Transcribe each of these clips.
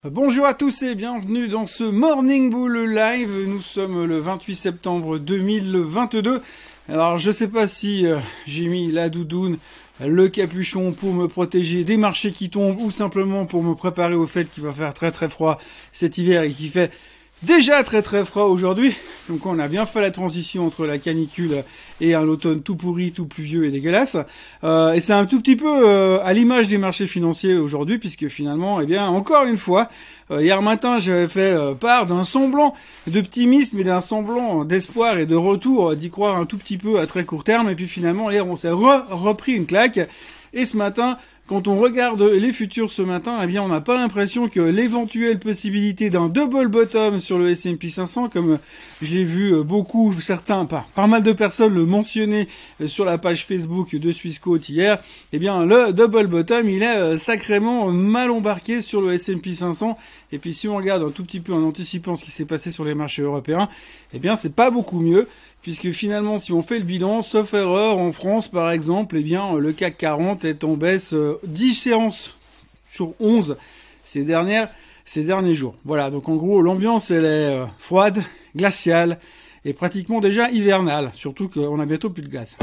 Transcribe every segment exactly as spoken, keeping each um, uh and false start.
Bonjour à tous et bienvenue dans ce Morning Bull Live. Nous sommes le vingt-huit septembre deux mille vingt-deux. Alors je sais pas si euh, j'ai mis la doudoune, le capuchon pour me protéger des marchés qui tombent ou simplement pour me préparer au fait qu'il va faire très très froid cet hiver et qu'il fait déjà très très froid aujourd'hui. Donc on a bien fait la transition entre la canicule et un automne tout pourri, tout pluvieux et dégueulasse. Euh, et c'est un tout petit peu euh, à l'image des marchés financiers aujourd'hui, puisque finalement, eh bien, encore une fois, euh, hier matin, j'avais fait euh, part d'un semblant d'optimisme et d'un semblant d'espoir et de retour, d'y croire un tout petit peu à très court terme. Et puis finalement, hier, on s'est re repris une claque. Et ce matin, quand on regarde les futurs ce matin, eh bien, on n'a pas l'impression que l'éventuelle possibilité d'un double bottom sur le S and P cinq cents, comme je l'ai vu beaucoup, certains, pas, pas mal de personnes le mentionner sur la page Facebook de Swissquote hier, eh bien, le double bottom, il est sacrément mal embarqué sur le S and P cinq cents. Et puis, si on regarde un tout petit peu en anticipant ce qui s'est passé sur les marchés européens, eh bien, c'est pas beaucoup mieux. Puisque finalement, si on fait le bilan, sauf erreur, en France, par exemple, eh bien, le C A C quarante est en baisse euh, dix séances sur onze ces dernières, ces derniers jours. Voilà. Donc, en gros, l'ambiance, elle est euh, froide, glaciale et pratiquement déjà hivernale. Surtout qu'on a bientôt plus de gaz.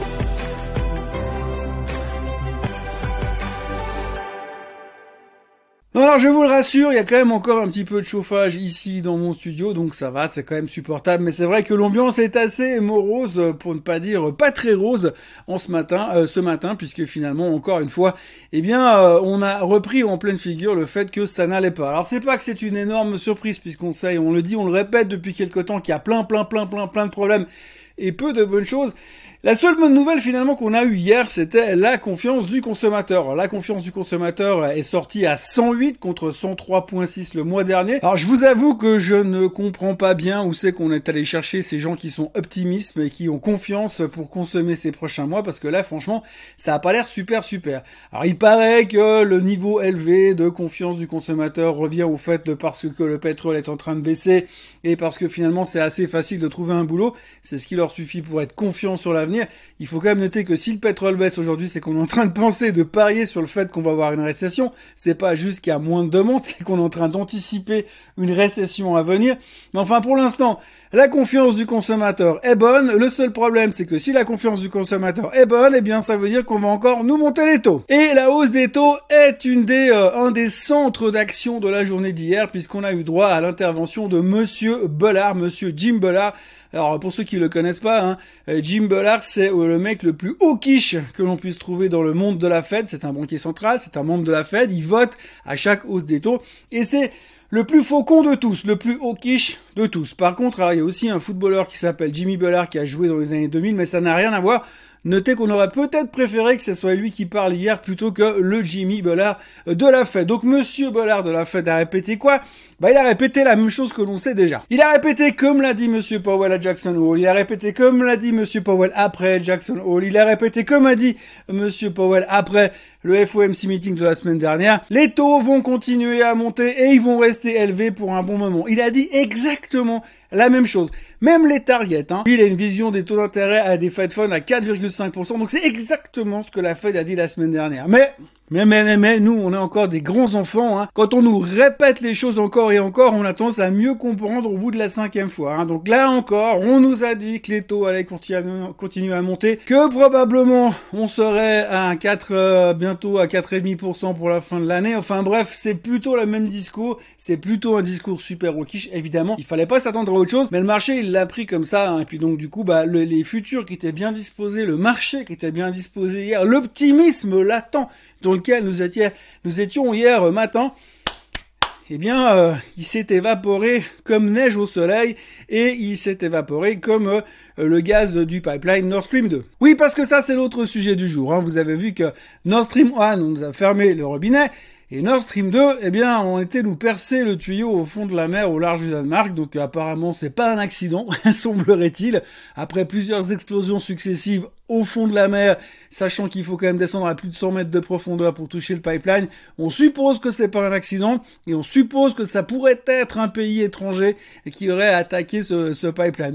Alors je vous le rassure, il y a quand même encore un petit peu de chauffage ici dans mon studio, donc ça va, c'est quand même supportable. Mais c'est vrai que l'ambiance est assez morose, pour ne pas dire pas très rose, en ce matin, euh, ce matin, puisque finalement, encore une fois, eh bien, euh, on a repris en pleine figure le fait que ça n'allait pas. Alors c'est pas que c'est une énorme surprise, puisqu'on sait, on le dit, on le répète depuis quelque temps, qu'il y a plein, plein, plein, plein, plein de problèmes et peu de bonnes choses. La seule bonne nouvelle finalement qu'on a eue hier, c'était la confiance du consommateur. La confiance du consommateur est sortie à cent huit contre cent trois virgule six le mois dernier. Alors je vous avoue que je ne comprends pas bien où c'est qu'on est allé chercher ces gens qui sont optimistes et qui ont confiance pour consommer ces prochains mois, parce que là franchement ça a pas l'air super super. Alors il paraît que le niveau élevé de confiance du consommateur revient au fait de parce que le pétrole est en train de baisser et parce que finalement c'est assez facile de trouver un boulot. C'est ce qui leur suffit pour être confiant sur l'avenir. Il faut quand même noter que si le pétrole baisse aujourd'hui, c'est qu'on est en train de penser, de parier sur le fait qu'on va avoir une récession. C'est pas juste qu'il y a moins de demandes, c'est qu'on est en train d'anticiper une récession à venir. Mais enfin, pour l'instant, la confiance du consommateur est bonne. Le seul problème, c'est que si la confiance du consommateur est bonne, eh bien, ça veut dire qu'on va encore nous monter les taux. Et la hausse des taux est une des, euh, un des centres d'action de la journée d'hier, puisqu'on a eu droit à l'intervention de Monsieur Bullard, Monsieur Jim Bullard. Alors, pour ceux qui le connaissent pas, hein, Jim Bullard, c'est le mec le plus hawkish que l'on puisse trouver dans le monde de la Fed. C'est un banquier central, c'est un membre de la Fed. Il vote à chaque hausse des taux. Et c'est le plus faucon de tous, le plus hawkish de tous. Par contre, alors, il y a aussi un footballeur qui s'appelle Jimmy Bullard qui a joué dans les années deux mille, mais ça n'a rien à voir. Notez qu'on aurait peut-être préféré que ce soit lui qui parle hier plutôt que le Jimmy Bullard de la Fed. Donc Monsieur Bullard de la Fed a répété quoi? Bah il a répété la même chose que l'on sait déjà. Il a répété comme l'a dit Monsieur Powell à Jackson Hole. Il a répété comme l'a dit Monsieur Powell après Jackson Hole. Il a répété comme a dit Monsieur Powell après le F O M C meeting de la semaine dernière. Les taux vont continuer à monter et ils vont rester élevés pour un bon moment. Il a dit exactement la même chose. Même les targets, hein. Lui, il a une vision des taux d'intérêt à des Fed Funds à quatre virgule cinq pour cent. Donc c'est exactement ce que la Fed a dit la semaine dernière. Mais Mais, mais, mais, mais, nous, on est encore des grands enfants, hein. Quand on nous répète les choses encore et encore, on a tendance à mieux comprendre au bout de la cinquième fois, hein. Donc là encore, on nous a dit que les taux allaient continu continuer à monter, que probablement, on serait à quatre, euh, bientôt à quatre virgule cinq pour cent pour la fin de l'année. Enfin bref, c'est plutôt le même discours, c'est plutôt un discours super hawkish, évidemment. Il fallait pas s'attendre à autre chose, mais le marché, il l'a pris comme ça, hein. Et puis donc, du coup, bah, le, les futurs qui étaient bien disposés, le marché qui était bien disposé hier, l'optimisme latent, dans lequel nous étions, nous étions hier matin, eh bien, euh, il s'est évaporé comme neige au soleil et il s'est évaporé comme euh, le gaz du pipeline Nord Stream deux. Oui, parce que ça, c'est l'autre sujet du jour, hein. Vous avez vu que Nord Stream un, on nous a fermé le robinet, et Nord Stream deux, eh bien, ont été nous percer le tuyau au fond de la mer au large du Danemark. Donc apparemment, c'est pas un accident, semblerait-il. Après plusieurs explosions successives au fond de la mer, sachant qu'il faut quand même descendre à plus de cent mètres de profondeur pour toucher le pipeline, on suppose que c'est pas un accident et on suppose que ça pourrait être un pays étranger qui aurait attaqué ce, ce pipeline. Donc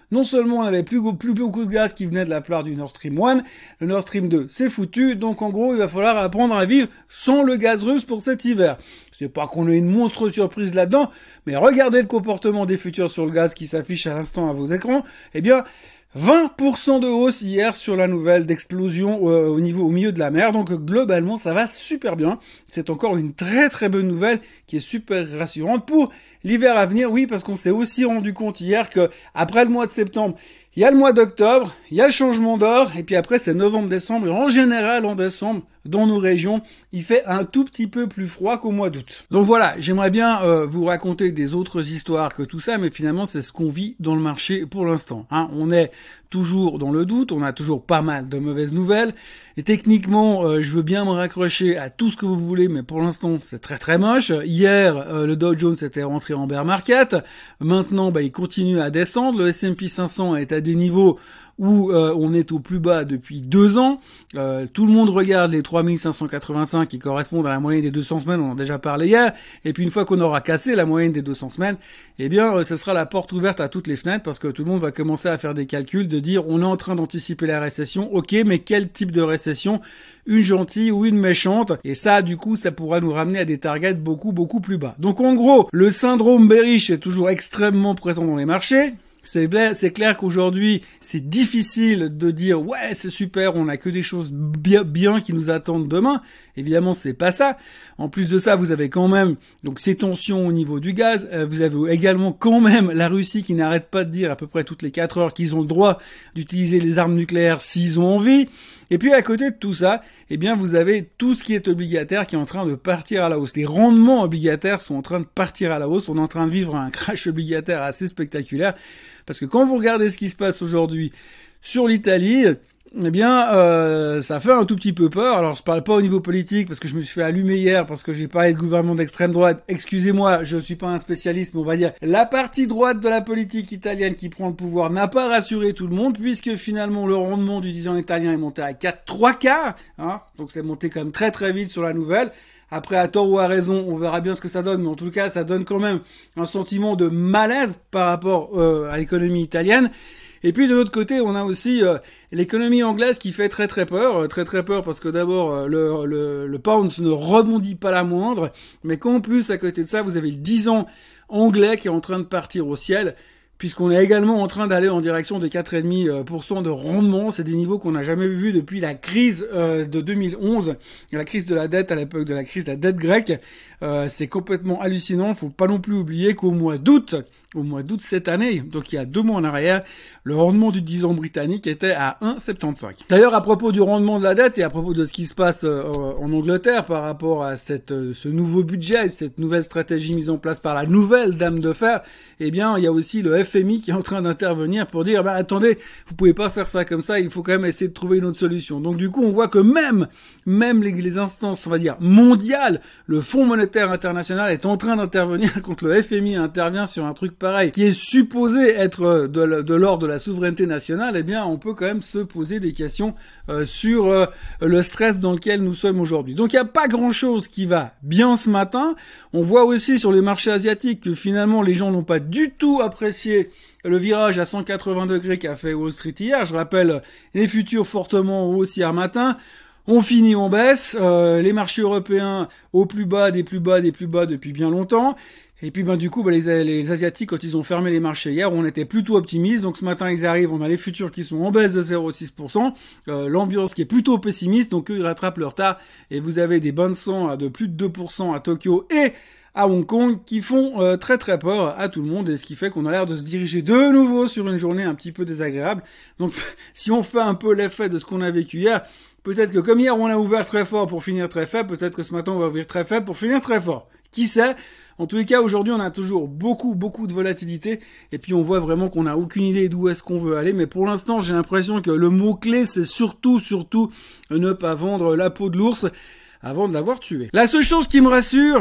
non seulement on avait plus, plus beaucoup de gaz qui venait de la part du Nord Stream un, le Nord Stream deux c'est foutu, donc en gros il va falloir apprendre à vivre sans le gaz russe pour cet hiver. C'est pas qu'on ait une monstre surprise là-dedans, mais regardez le comportement des futurs sur le gaz qui s'affiche à l'instant à vos écrans, eh bien vingt pour cent de hausse hier sur la nouvelle d'explosion euh, au niveau au milieu de la mer. Donc globalement, ça va super bien. C'est encore une très très bonne nouvelle qui est super rassurante pour l'hiver à venir. Oui, parce qu'on s'est aussi rendu compte hier que après le mois de septembre, il y a le mois d'octobre, il y a le changement d'heure, et puis après c'est novembre-décembre. Et en général, en décembre, dans nos régions, il fait un tout petit peu plus froid qu'au mois d'août. Donc voilà, j'aimerais bien euh, vous raconter des autres histoires que tout ça, mais finalement c'est ce qu'on vit dans le marché pour l'instant. Hein. On est toujours dans le doute, on a toujours pas mal de mauvaises nouvelles, et techniquement, euh, je veux bien me raccrocher à tout ce que vous voulez, mais pour l'instant c'est très très moche. Hier, euh, le Dow Jones était rentré en bear market, maintenant bah, il continue à descendre, le S and P cinq cents est à des niveaux où euh, on est au plus bas depuis deux ans. Euh, tout le monde regarde les trois mille cinq cent quatre-vingt-cinq qui correspondent à la moyenne des deux cents semaines, on en a déjà parlé hier, et puis une fois qu'on aura cassé la moyenne des deux cents semaines, eh bien euh, ce sera la porte ouverte à toutes les fenêtres, parce que tout le monde va commencer à faire des calculs, de dire on est en train d'anticiper la récession, ok, mais quel type de récession? Une gentille ou une méchante? Et ça, du coup, ça pourra nous ramener à des targets beaucoup, beaucoup plus bas. Donc en gros, le syndrome bearish est toujours extrêmement présent dans les marchés. C'est clair, c'est clair qu'aujourd'hui, c'est difficile de dire « Ouais, c'est super, on a que des choses bien, bien qui nous attendent demain ». Évidemment, c'est pas ça. En plus de ça, vous avez quand même donc ces tensions au niveau du gaz. Euh, vous avez également quand même la Russie qui n'arrête pas de dire à peu près toutes les quatre heures qu'ils ont le droit d'utiliser les armes nucléaires s'ils ont envie. Et puis à côté de tout ça, eh bien vous avez tout ce qui est obligataire qui est en train de partir à la hausse. Les rendements obligataires sont en train de partir à la hausse. On est en train de vivre un crash obligataire assez spectaculaire. Parce que quand vous regardez ce qui se passe aujourd'hui sur l'Italie, eh bien, euh, ça fait un tout petit peu peur. Alors, je parle pas au niveau politique parce que je me suis fait allumer hier parce que j'ai parlé de gouvernement d'extrême droite. Excusez-moi, je suis pas un spécialiste, mais on va dire la partie droite de la politique italienne qui prend le pouvoir n'a pas rassuré tout le monde, puisque finalement le rendement du dix ans italien est monté à quatre trois quarts, hein. Donc c'est monté quand même très très vite sur la nouvelle. Après, à tort ou à raison, on verra bien ce que ça donne, mais en tout cas, ça donne quand même un sentiment de malaise par rapport euh, à l'économie italienne. Et puis de l'autre côté, on a aussi euh, l'économie anglaise qui fait très très peur, euh, très très peur parce que d'abord euh, le, le, le pound ne rebondit pas la moindre, mais qu'en plus à côté de ça, vous avez le dix ans anglais qui est en train de partir au ciel, puisqu'on est également en train d'aller en direction des quatre virgule cinq pour cent de rendement. C'est des niveaux qu'on n'a jamais vus depuis la crise euh, de deux mille onze, la crise de la dette à l'époque de la crise de la dette grecque. Euh, c'est complètement hallucinant. Il faut pas non plus oublier qu'au mois d'août, au mois d'août cette année, donc il y a deux mois en arrière, le rendement du dix ans britannique était à un virgule soixante-quinze. D'ailleurs, à propos du rendement de la dette et à propos de ce qui se passe euh, en Angleterre par rapport à cette, euh, ce nouveau budget, cette nouvelle stratégie mise en place par la nouvelle dame de fer, eh bien, il y a aussi le F M I qui est en train d'intervenir pour dire, bah, attendez, vous pouvez pas faire ça comme ça, il faut quand même essayer de trouver une autre solution. Donc, du coup, on voit que même, même les, les instances, on va dire, mondiales, le Fonds monétaire international est en train d'intervenir quand le F M I intervient sur un truc pareil, qui est supposé être de, de l'ordre de la souveraineté nationale. Eh bien, on peut quand même se poser des questions euh, sur euh, le stress dans lequel nous sommes aujourd'hui. Donc, il n'y a pas grand-chose qui va bien ce matin. On voit aussi sur les marchés asiatiques que finalement, les gens n'ont pas du tout apprécié le virage à cent quatre-vingts degrés qu'a fait Wall Street hier. Je rappelle, les futurs fortement en hausse hier matin. On finit en baisse. Euh, les marchés européens au plus bas, des plus bas, des plus bas depuis bien longtemps. Et puis ben du coup, ben, les, les Asiatiques, quand ils ont fermé les marchés hier, on était plutôt optimistes. Donc ce matin, ils arrivent, on a les futurs qui sont en baisse de zéro virgule six pour cent. Euh, l'ambiance qui est plutôt pessimiste, donc eux, ils rattrapent leur retard. Et vous avez des bonnes cents de plus de deux pour cent à Tokyo et à Hong Kong qui font euh, très très peur à tout le monde, et ce qui fait qu'on a l'air de se diriger de nouveau sur une journée un petit peu désagréable. Donc si on fait un peu l'effet de ce qu'on a vécu hier, peut-être que comme hier on a ouvert très fort pour finir très faible, peut-être que ce matin on va ouvrir très faible pour finir très fort. Qui sait? En tous les cas, aujourd'hui, on a toujours beaucoup, beaucoup de volatilité. Et puis, on voit vraiment qu'on n'a aucune idée d'où est-ce qu'on veut aller. Mais pour l'instant, j'ai l'impression que le mot-clé, c'est surtout, surtout, ne pas vendre la peau de l'ours avant de l'avoir tué. La seule chose qui me rassure,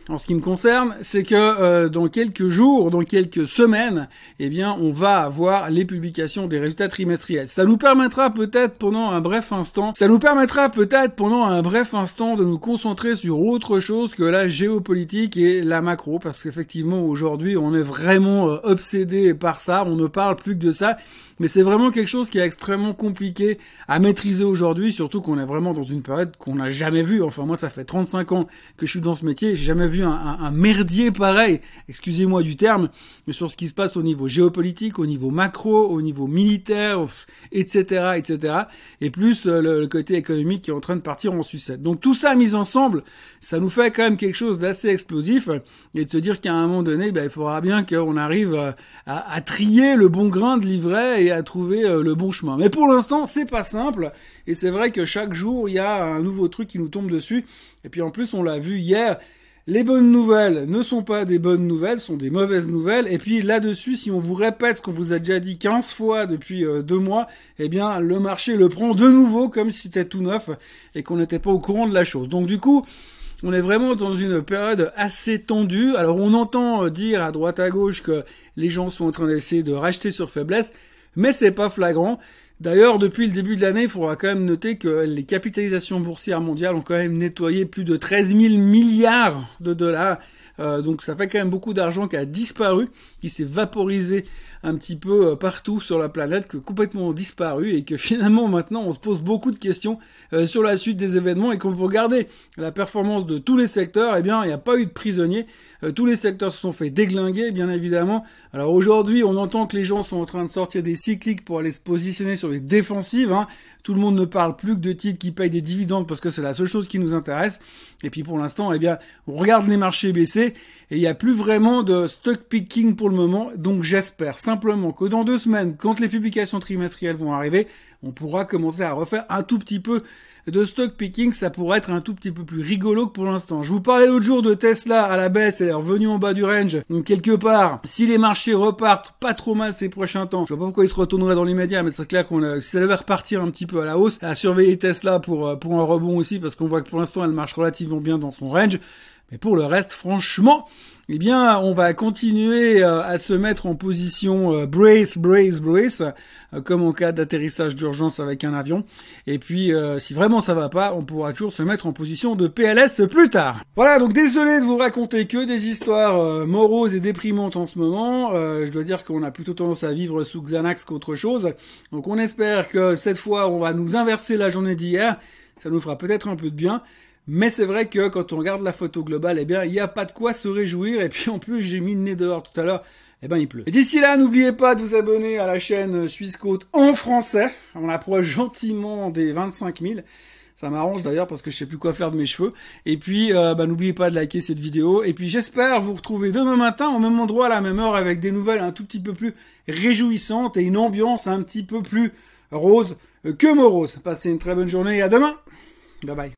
en ce qui me concerne, c'est que euh, dans quelques jours, dans quelques semaines, eh bien, on va avoir les publications des résultats trimestriels. Ça nous permettra peut-être pendant un bref instant, ça nous permettra peut-être pendant un bref instant de nous concentrer sur autre chose que la géopolitique et la macro, parce qu'effectivement aujourd'hui, on est vraiment euh, obsédé par ça, on ne parle plus que de ça. Mais c'est vraiment quelque chose qui est extrêmement compliqué à maîtriser aujourd'hui, surtout qu'on est vraiment dans une période qu'on n'a jamais vue. Enfin, moi, ça fait trente-cinq ans que je suis dans ce métier, j'ai jamais vu un, un, un merdier pareil, excusez-moi du terme, mais sur ce qui se passe au niveau géopolitique, au niveau macro, au niveau militaire, et cetera, et cetera. Et plus euh, le, le côté économique qui est en train de partir en sucette. Donc tout ça mis ensemble, ça nous fait quand même quelque chose d'assez explosif, et de se dire qu'à un moment donné, ben, il faudra bien qu'on arrive à, à, à trier le bon grain de l'ivraie et à trouver euh, le bon chemin. Mais pour l'instant, c'est pas simple, et c'est vrai que chaque jour, il y a un nouveau truc qui nous tombe dessus, et puis en plus, on l'a vu hier, les bonnes nouvelles ne sont pas des bonnes nouvelles, sont des mauvaises nouvelles, et puis là-dessus, si on vous répète ce qu'on vous a déjà dit quinze fois depuis euh, deux mois, eh bien, le marché le prend de nouveau comme si c'était tout neuf, et qu'on n'était pas au courant de la chose. Donc du coup, on est vraiment dans une période assez tendue. Alors on entend dire à droite à gauche que les gens sont en train d'essayer de racheter sur faiblesse, mais c'est pas flagrant. D'ailleurs, depuis le début de l'année, il faudra quand même noter que les capitalisations boursières mondiales ont quand même nettoyé plus de treize mille milliards de dollars. Euh, donc ça fait quand même beaucoup d'argent qui a disparu, qui s'est vaporisé un petit peu partout sur la planète, que complètement disparu, et que finalement maintenant on se pose beaucoup de questions euh, sur la suite des événements, et quand vous regardez la performance de tous les secteurs, eh bien il n'y a pas eu de prisonniers, euh, tous les secteurs se sont fait déglinguer bien évidemment. Alors aujourd'hui on entend que les gens sont en train de sortir des cycliques pour aller se positionner sur les défensives, hein. Tout le monde ne parle plus que de titres qui payent des dividendes parce que c'est la seule chose qui nous intéresse. Et puis pour l'instant, eh bien, on regarde les marchés baisser et il n'y a plus vraiment de stock picking pour le moment. Donc j'espère simplement que dans deux semaines, quand les publications trimestrielles vont arriver, on pourra commencer à refaire un tout petit peu de stock picking. Ça pourrait être un tout petit peu plus rigolo que pour l'instant. Je vous parlais l'autre jour de Tesla à la baisse, elle est revenue en bas du range. Donc quelque part, si les marchés repartent pas trop mal ces prochains temps, je vois pas pourquoi ils se retourneraient dans l'immédiat, mais c'est clair qu'on a, si ça devait repartir un petit peu à la hausse, à surveiller Tesla pour, pour un rebond aussi, parce qu'on voit que pour l'instant elle marche relativement bien dans son range. Mais pour le reste, franchement, eh bien, on va continuer euh, à se mettre en position euh, brace, brace, brace, euh, comme en cas d'atterrissage d'urgence avec un avion. Et puis, euh, si vraiment ça va pas, on pourra toujours se mettre en position de P L S plus tard. Voilà, donc désolé de vous raconter que des histoires euh, moroses et déprimantes en ce moment. Euh, je dois dire qu'on a plutôt tendance à vivre sous Xanax qu'autre chose. Donc on espère que cette fois, on va nous inverser la journée d'hier. Ça nous fera peut-être un peu de bien. Mais c'est vrai que quand on regarde la photo globale, eh bien, il n'y a pas de quoi se réjouir. Et puis en plus, j'ai mis le nez dehors tout à l'heure. Eh ben, il pleut. Et d'ici là, n'oubliez pas de vous abonner à la chaîne Suisse Côte en français. On approche gentiment des vingt-cinq mille. Ça m'arrange d'ailleurs parce que je sais plus quoi faire de mes cheveux. Et puis, euh, bah, n'oubliez pas de liker cette vidéo. Et puis, j'espère vous retrouver demain matin au même endroit, à la même heure, avec des nouvelles un tout petit peu plus réjouissantes et une ambiance un petit peu plus rose que morose. Passez une très bonne journée et à demain. Bye bye.